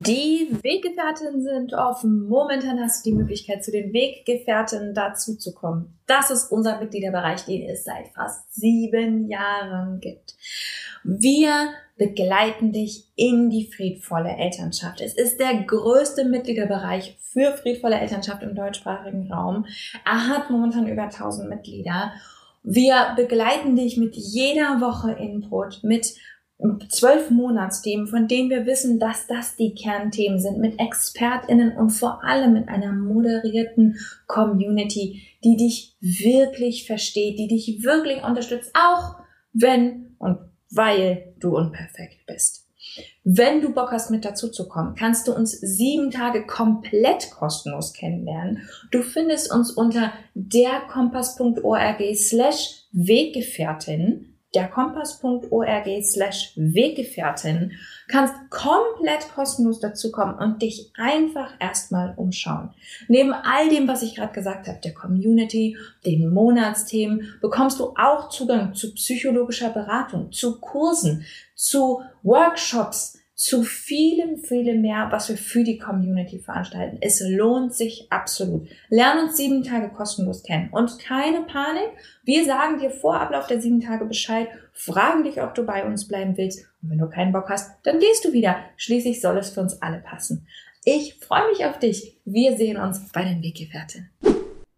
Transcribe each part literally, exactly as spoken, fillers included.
Die Weggefährtinnen sind offen. Momentan hast du die Möglichkeit, zu den Weggefährtinnen dazu zu kommen. Das ist unser Mitgliederbereich, den es seit fast sieben Jahren gibt. Wir begleiten dich in die friedvolle Elternschaft. Es ist der größte Mitgliederbereich für friedvolle Elternschaft im deutschsprachigen Raum. Er hat momentan über tausend Mitglieder. Wir begleiten dich mit jeder Woche Input, mit zwölf Monatsthemen, von denen wir wissen, dass das die Kernthemen sind, mit ExpertInnen und vor allem mit einer moderierten Community, die dich wirklich versteht, die dich wirklich unterstützt, auch wenn und weil du unperfekt bist. Wenn du Bock hast, mit dazu zu kommen, kannst du uns sieben Tage komplett kostenlos kennenlernen. Du findest uns unter derkompass.org slash Weggefährtin, derkompass.org slash Weggefährtin, kannst komplett kostenlos dazukommen und dich einfach erstmal umschauen. Neben all dem, was ich gerade gesagt habe, der Community, den Monatsthemen, bekommst du auch Zugang zu psychologischer Beratung, zu Kursen, zu Workshops, zu vielem, vielem mehr, was wir für die Community veranstalten. Es lohnt sich absolut. Lern uns sieben Tage kostenlos kennen. Und keine Panik, wir sagen dir vor Ablauf der sieben Tage Bescheid, fragen dich, ob du bei uns bleiben willst. Und wenn du keinen Bock hast, dann gehst du wieder. Schließlich soll es für uns alle passen. Ich freue mich auf dich. Wir sehen uns bei den Weggefährtinnen. Du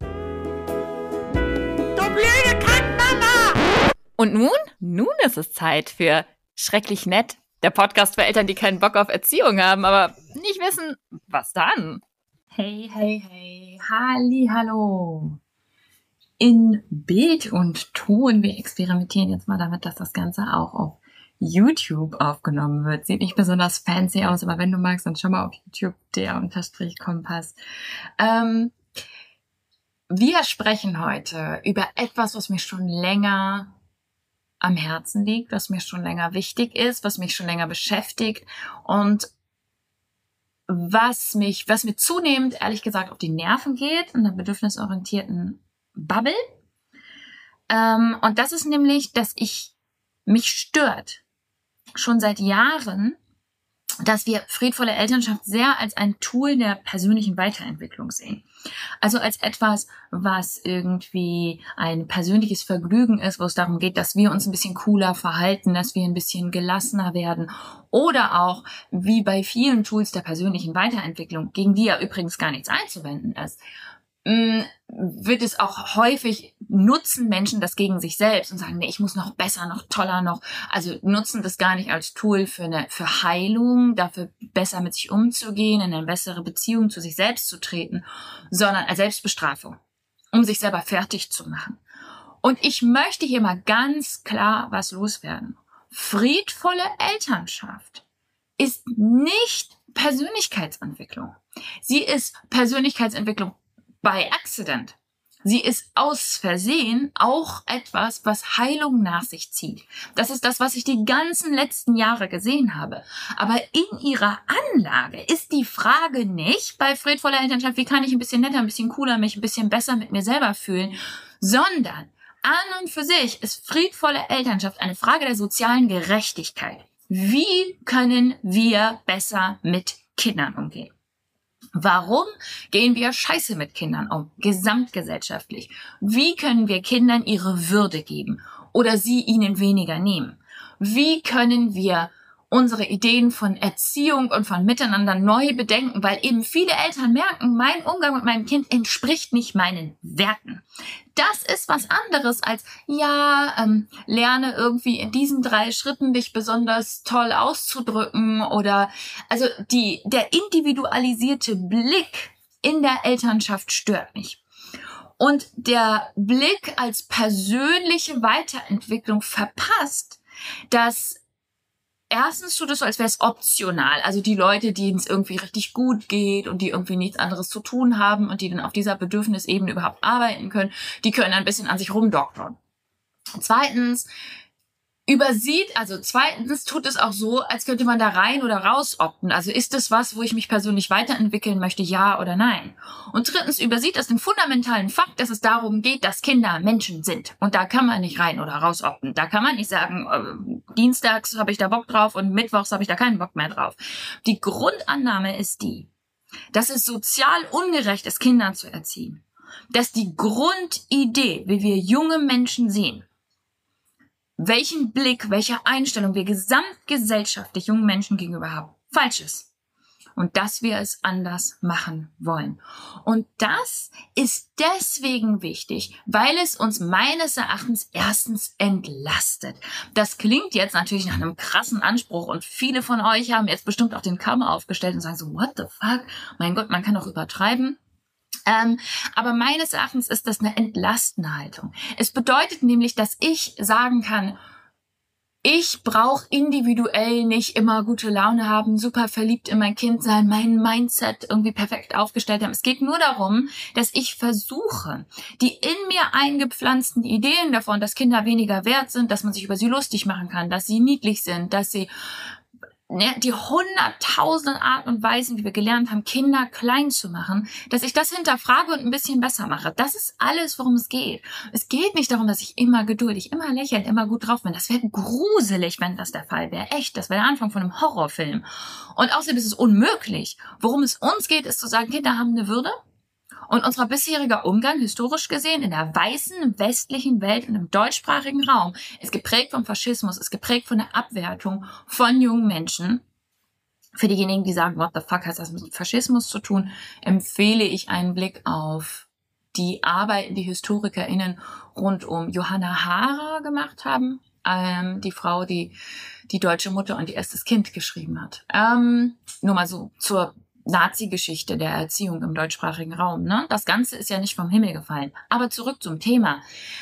blöde Kackmama! Und nun? Nun ist es Zeit für Schrecklich Nett. Der Podcast für Eltern, die keinen Bock auf Erziehung haben, aber nicht wissen, was dann? Hey, hey, hey, halli, hallo. In Bild und Ton, wir experimentieren jetzt mal damit, dass das Ganze auch auf YouTube aufgenommen wird. Sieht nicht besonders fancy aus, aber wenn du magst, dann schau mal auf YouTube, der Unterstrich Kompass. Ähm, wir sprechen heute über etwas, was mir schon länger am Herzen liegt, was mir schon länger wichtig ist, was mich schon länger beschäftigt und was mich, was mir zunehmend, ehrlich gesagt, auf die Nerven geht, in einer bedürfnisorientierten Bubble. Ähm, und das ist nämlich, dass ich mich stört, schon seit Jahren, dass wir friedvolle Elternschaft sehr als ein Tool der persönlichen Weiterentwicklung sehen. Also als etwas, was irgendwie ein persönliches Vergnügen ist, wo es darum geht, dass wir uns ein bisschen cooler verhalten, dass wir ein bisschen gelassener werden. Oder auch, wie bei vielen Tools der persönlichen Weiterentwicklung, gegen die ja übrigens gar nichts einzuwenden ist, wird es auch häufig, nutzen Menschen das gegen sich selbst und sagen, nee, ich muss noch besser, noch toller, noch, also nutzen das gar nicht als Tool für eine, für Heilung, dafür besser mit sich umzugehen, in eine bessere Beziehung zu sich selbst zu treten, sondern als Selbstbestrafung, um sich selber fertig zu machen. Und ich möchte hier mal ganz klar was loswerden. Friedvolle Elternschaft ist nicht Persönlichkeitsentwicklung. Sie ist Persönlichkeitsentwicklung by accident. Sie ist aus Versehen auch etwas, was Heilung nach sich zieht. Das ist das, was ich die ganzen letzten Jahre gesehen habe. Aber in ihrer Anlage ist die Frage nicht bei friedvoller Elternschaft, wie kann ich ein bisschen netter, ein bisschen cooler, mich ein bisschen besser mit mir selber fühlen, sondern an und für sich ist friedvolle Elternschaft eine Frage der sozialen Gerechtigkeit. Wie können wir besser mit Kindern umgehen? Warum gehen wir scheiße mit Kindern um, gesamtgesellschaftlich? Wie können wir Kindern ihre Würde geben oder sie ihnen weniger nehmen? Wie können wir unsere Ideen von Erziehung und von Miteinander neu bedenken, weil eben viele Eltern merken, mein Umgang mit meinem Kind entspricht nicht meinen Werten. Das ist was anderes als, ja, ähm, lerne irgendwie in diesen drei Schritten dich besonders toll auszudrücken oder, also die, der individualisierte Blick in der Elternschaft stört mich. Und der Blick als persönliche Weiterentwicklung verpasst, dass erstens tut es so, als wäre es optional. Also die Leute, denen es irgendwie richtig gut geht und die irgendwie nichts anderes zu tun haben und die dann auf dieser Bedürfnisebene überhaupt arbeiten können, die können ein bisschen an sich rumdoktern. Zweitens übersieht, also zweitens tut es auch so, als könnte man da rein oder raus opten. Also ist es was, wo ich mich persönlich weiterentwickeln möchte, ja oder nein? Und drittens übersieht es den fundamentalen Fakt, dass es darum geht, dass Kinder Menschen sind. Und da kann man nicht rein oder raus opten. Da kann man nicht sagen, äh, dienstags habe ich da Bock drauf und mittwochs habe ich da keinen Bock mehr drauf. Die Grundannahme ist die, dass es sozial ungerecht ist, Kinder zu erziehen. Dass die Grundidee, wie wir junge Menschen sehen, welchen Blick, welche Einstellung wir gesamtgesellschaftlich jungen Menschen gegenüber haben, falsch ist. Und dass wir es anders machen wollen. Und das ist deswegen wichtig, weil es uns meines Erachtens erstens entlastet. Das klingt jetzt natürlich nach einem krassen Anspruch und viele von euch haben jetzt bestimmt auch den Kammer aufgestellt und sagen so, what the fuck? Mein Gott, man kann doch übertreiben. Ähm, aber meines Erachtens ist das eine entlastende Haltung. Es bedeutet nämlich, dass ich sagen kann, ich brauche individuell nicht immer gute Laune haben, super verliebt in mein Kind sein, mein Mindset irgendwie perfekt aufgestellt haben. Es geht nur darum, dass ich versuche, die in mir eingepflanzten Ideen davon, dass Kinder weniger wert sind, dass man sich über sie lustig machen kann, dass sie niedlich sind, dass sie die hunderttausenden Arten und Weisen, wie wir gelernt haben, Kinder klein zu machen, dass ich das hinterfrage und ein bisschen besser mache. Das ist alles, worum es geht. Es geht nicht darum, dass ich immer geduldig, immer lächelnd, immer gut drauf bin. Das wäre gruselig, wenn das der Fall wäre. Echt, das wäre der Anfang von einem Horrorfilm. Und außerdem ist es unmöglich. Worum es uns geht, ist zu sagen, Kinder haben eine Würde. Und unser bisheriger Umgang, historisch gesehen, in der weißen, westlichen Welt, in einem deutschsprachigen Raum, ist geprägt vom Faschismus, ist geprägt von der Abwertung von jungen Menschen. Für diejenigen, die sagen, what the fuck hat das mit Faschismus zu tun, empfehle ich einen Blick auf die Arbeiten, die HistorikerInnen rund um Johanna Haarer gemacht haben. Ähm, die Frau, die die deutsche Mutter und ihr erstes Kind geschrieben hat. Ähm, nur mal so zur Nazi-Geschichte der Erziehung im deutschsprachigen Raum. Ne? Das Ganze ist ja nicht vom Himmel gefallen. Aber zurück zum Thema.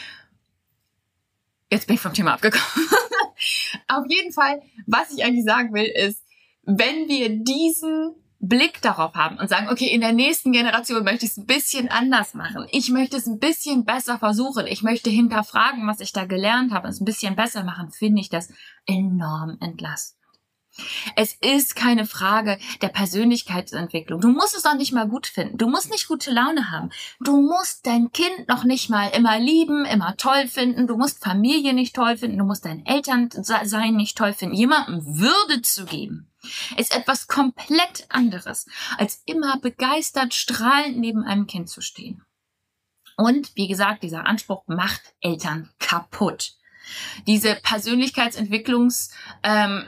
Jetzt bin ich vom Thema abgekommen. Auf jeden Fall, was ich eigentlich sagen will, ist, wenn wir diesen Blick darauf haben und sagen, okay, in der nächsten Generation möchte ich es ein bisschen anders machen. Ich möchte es ein bisschen besser versuchen. Ich möchte hinterfragen, was ich da gelernt habe, es ein bisschen besser machen, finde ich das enorm entlastend. Es ist keine Frage der Persönlichkeitsentwicklung. Du musst es doch nicht mal gut finden. Du musst nicht gute Laune haben. Du musst dein Kind noch nicht mal immer lieben, immer toll finden. Du musst Familie nicht toll finden. Du musst dein Elternsein nicht toll finden. Jemandem Würde zu geben, ist etwas komplett anderes, als immer begeistert, strahlend neben einem Kind zu stehen. Und wie gesagt, dieser Anspruch macht Eltern kaputt. Diese Persönlichkeitsentwicklungs- ähm,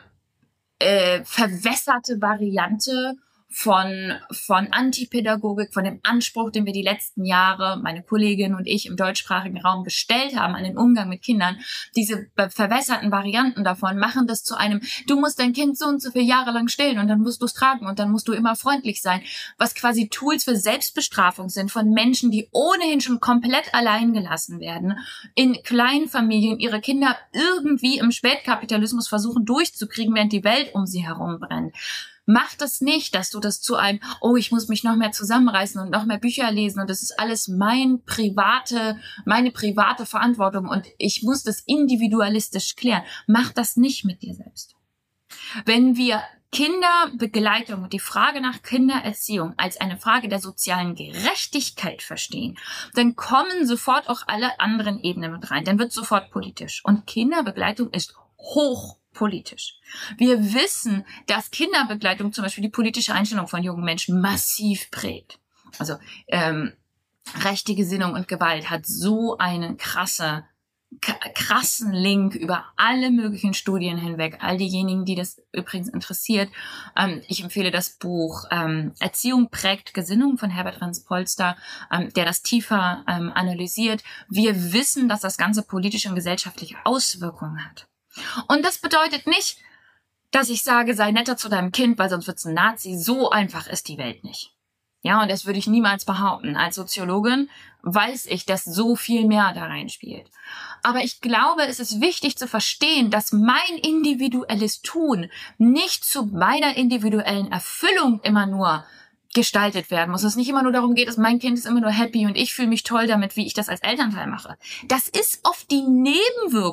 Äh, verwässerte Variante von, von Antipädagogik, von dem Anspruch, den wir die letzten Jahre, meine Kollegin und ich im deutschsprachigen Raum gestellt haben an den Umgang mit Kindern. Diese verwässerten Varianten davon machen das zu einem, du musst dein Kind so und so viele Jahre lang stillen und dann musst du es tragen und dann musst du immer freundlich sein, was quasi Tools für Selbstbestrafung sind von Menschen, die ohnehin schon komplett allein gelassen werden, in kleinen Familien ihre Kinder irgendwie im Spätkapitalismus versuchen durchzukriegen, während die Welt um sie herum brennt. Mach das nicht, dass du das zu einem, oh, ich muss mich noch mehr zusammenreißen und noch mehr Bücher lesen und das ist alles mein private, meine private Verantwortung und ich muss das individualistisch klären. Mach das nicht mit dir selbst. Wenn wir Kinderbegleitung und die Frage nach Kindererziehung als eine Frage der sozialen Gerechtigkeit verstehen, dann kommen sofort auch alle anderen Ebenen mit rein. Dann wird sofort politisch. Und Kinderbegleitung ist hoch politisch. Wir wissen, dass Kinderbegleitung zum Beispiel die politische Einstellung von jungen Menschen massiv prägt. Also ähm, rechte Gesinnung und Gewalt hat so einen krasse, krassen Link über alle möglichen Studien hinweg. All diejenigen, die das übrigens interessiert, ähm, ich empfehle das Buch ähm, Erziehung prägt Gesinnung von Herbert Renz-Polster, ähm, der das tiefer ähm, analysiert. Wir wissen, dass das Ganze politische und gesellschaftliche Auswirkungen hat. Und das bedeutet nicht, dass ich sage, sei netter zu deinem Kind, weil sonst wird's ein Nazi. So einfach ist die Welt nicht. Ja, und das würde ich niemals behaupten. Als Soziologin weiß ich, dass so viel mehr da reinspielt. Aber ich glaube, es ist wichtig zu verstehen, dass mein individuelles Tun nicht zu meiner individuellen Erfüllung immer nur gestaltet werden muss. Es nicht immer nur darum geht, dass mein Kind ist immer nur happy und ich fühle mich toll damit, wie ich das als Elternteil mache. Das ist oft die Nebenwirkung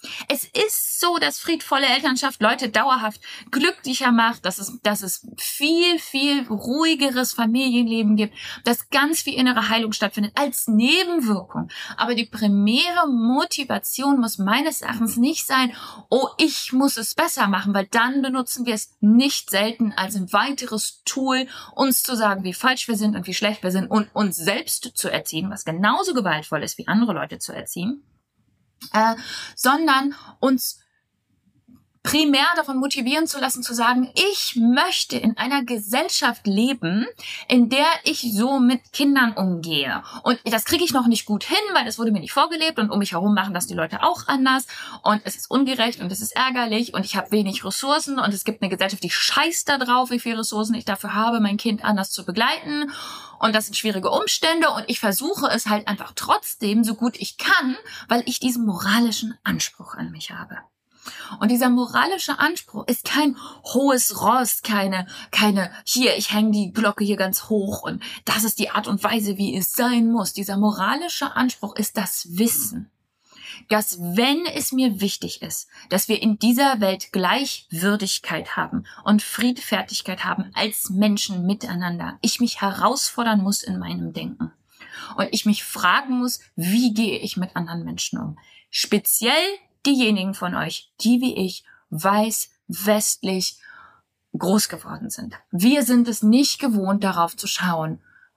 Es ist so, dass friedvolle Elternschaft Leute dauerhaft glücklicher macht, dass es, dass es viel, viel ruhigeres Familienleben gibt, dass ganz viel innere Heilung stattfindet als Nebenwirkung. Aber die primäre Motivation muss meines Erachtens nicht sein, oh, ich muss es besser machen, weil dann benutzen wir es nicht selten als ein weiteres Tool, uns zu sagen, wie falsch wir sind und wie schlecht wir sind und uns selbst zu erziehen, was genauso gewaltvoll ist, wie andere Leute zu erziehen. Äh, sondern uns primär davon motivieren zu lassen, zu sagen, ich möchte in einer Gesellschaft leben, in der ich so mit Kindern umgehe. Und das kriege ich noch nicht gut hin, weil es wurde mir nicht vorgelebt und um mich herum machen das die Leute auch anders und es ist ungerecht und es ist ärgerlich und ich habe wenig Ressourcen und es gibt eine Gesellschaft, die scheißt da drauf, wie viele Ressourcen ich dafür habe, mein Kind anders zu begleiten und das sind schwierige Umstände und ich versuche es halt einfach trotzdem so gut ich kann, weil ich diesen moralischen Anspruch an mich habe. Und dieser moralische Anspruch ist kein hohes Ross, keine, keine, hier, ich hänge die Glocke hier ganz hoch und das ist die Art und Weise, wie es sein muss. Dieser moralische Anspruch ist das Wissen, dass wenn es mir wichtig ist, dass wir in dieser Welt Gleichwürdigkeit haben und Friedfertigkeit haben als Menschen miteinander, ich mich herausfordern muss in meinem Denken und ich mich fragen muss, wie gehe ich mit anderen Menschen um? Speziell diejenigen von euch, die wie ich weiß, westlich groß geworden sind. Wir sind es nicht gewohnt, darauf zu schauen,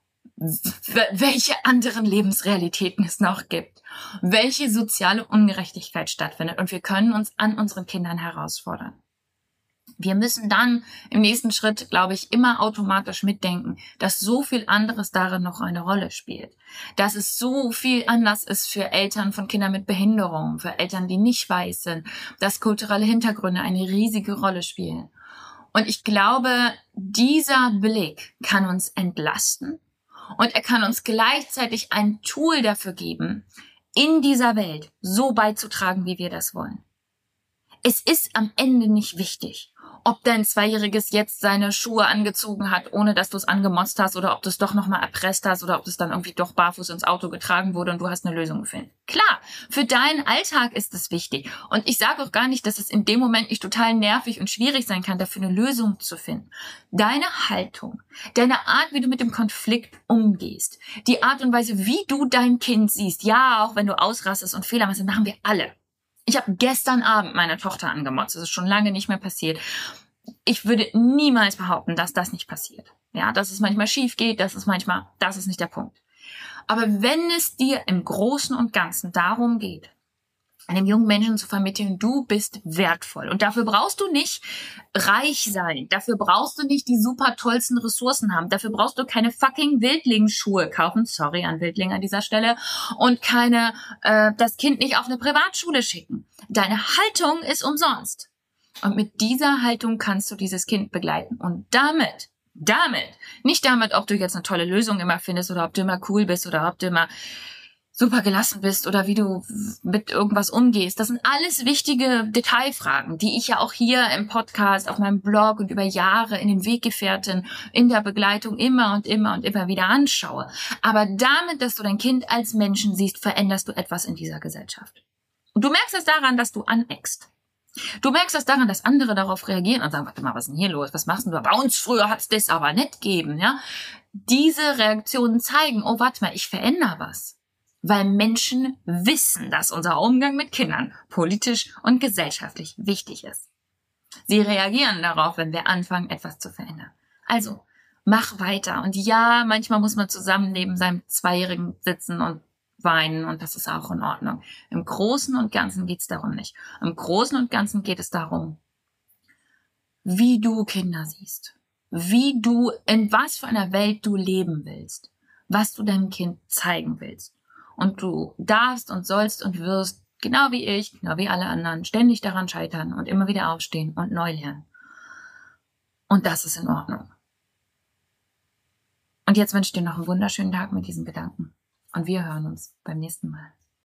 welche anderen Lebensrealitäten es noch gibt, welche soziale Ungerechtigkeit stattfindet und wir können uns an unseren Kindern herausfordern. Wir müssen dann im nächsten Schritt, glaube ich, immer automatisch mitdenken, dass so viel anderes darin noch eine Rolle spielt. Dass es so viel anders ist für Eltern von Kindern mit Behinderungen, für Eltern, die nicht weiß sind, dass kulturelle Hintergründe eine riesige Rolle spielen. Und ich glaube, dieser Blick kann uns entlasten und er kann uns gleichzeitig ein Tool dafür geben, in dieser Welt so beizutragen, wie wir das wollen. Es ist am Ende nicht wichtig, ob dein Zweijähriges jetzt seine Schuhe angezogen hat, ohne dass du es angemotzt hast, oder ob du es doch nochmal erpresst hast, oder ob es dann irgendwie doch barfuß ins Auto getragen wurde und du hast eine Lösung gefunden. Klar, für deinen Alltag ist es wichtig. Und ich sage auch gar nicht, dass es in dem Moment nicht total nervig und schwierig sein kann, dafür eine Lösung zu finden. Deine Haltung, deine Art, wie du mit dem Konflikt umgehst, die Art und Weise, wie du dein Kind siehst, ja, auch wenn du ausrastest und Fehler machst, das machen wir alle. Ich habe gestern Abend meine Tochter angemotzt. Das ist schon lange nicht mehr passiert. Ich würde niemals behaupten, dass das nicht passiert. Ja, dass es manchmal schief geht, dass es manchmal, das ist nicht der Punkt. Aber wenn es dir im Großen und Ganzen darum geht, einem jungen Menschen zu vermitteln, du bist wertvoll. Und dafür brauchst du nicht reich sein. Dafür brauchst du nicht die super tollsten Ressourcen haben. Dafür brauchst du keine fucking Wildlingsschuhe kaufen. Sorry an Wildling an dieser Stelle. Und keine, äh, das Kind nicht auf eine Privatschule schicken. Deine Haltung ist umsonst. Und mit dieser Haltung kannst du dieses Kind begleiten. Und damit, damit, nicht damit, ob du jetzt eine tolle Lösung immer findest oder ob du immer cool bist oder ob du immer super gelassen bist oder wie du mit irgendwas umgehst. Das sind alles wichtige Detailfragen, die ich ja auch hier im Podcast, auf meinem Blog und über Jahre in den Weggefährten, in der Begleitung immer und immer und immer wieder anschaue. Aber damit, dass du dein Kind als Menschen siehst, veränderst du etwas in dieser Gesellschaft. Und du merkst es daran, dass du aneckst. Du merkst es daran, dass andere darauf reagieren und sagen, warte mal, was ist denn hier los? Was machst du? Bei uns früher hat's das aber nicht gegeben, ja? Diese Reaktionen zeigen, oh, warte mal, ich verändere was. Weil Menschen wissen, dass unser Umgang mit Kindern politisch und gesellschaftlich wichtig ist. Sie reagieren darauf, wenn wir anfangen, etwas zu verändern. Also, mach weiter. Und ja, manchmal muss man zusammen neben seinem Zweijährigen sitzen und weinen und das ist auch in Ordnung. Im Großen und Ganzen geht es darum nicht. Im Großen und Ganzen geht es darum, wie du Kinder siehst, wie du, in was für einer Welt du leben willst, was du deinem Kind zeigen willst. Und du darfst und sollst und wirst, genau wie ich, genau wie alle anderen, ständig daran scheitern und immer wieder aufstehen und neu lernen. Und das ist in Ordnung. Und jetzt wünsche ich dir noch einen wunderschönen Tag mit diesen Gedanken. Und wir hören uns beim nächsten Mal.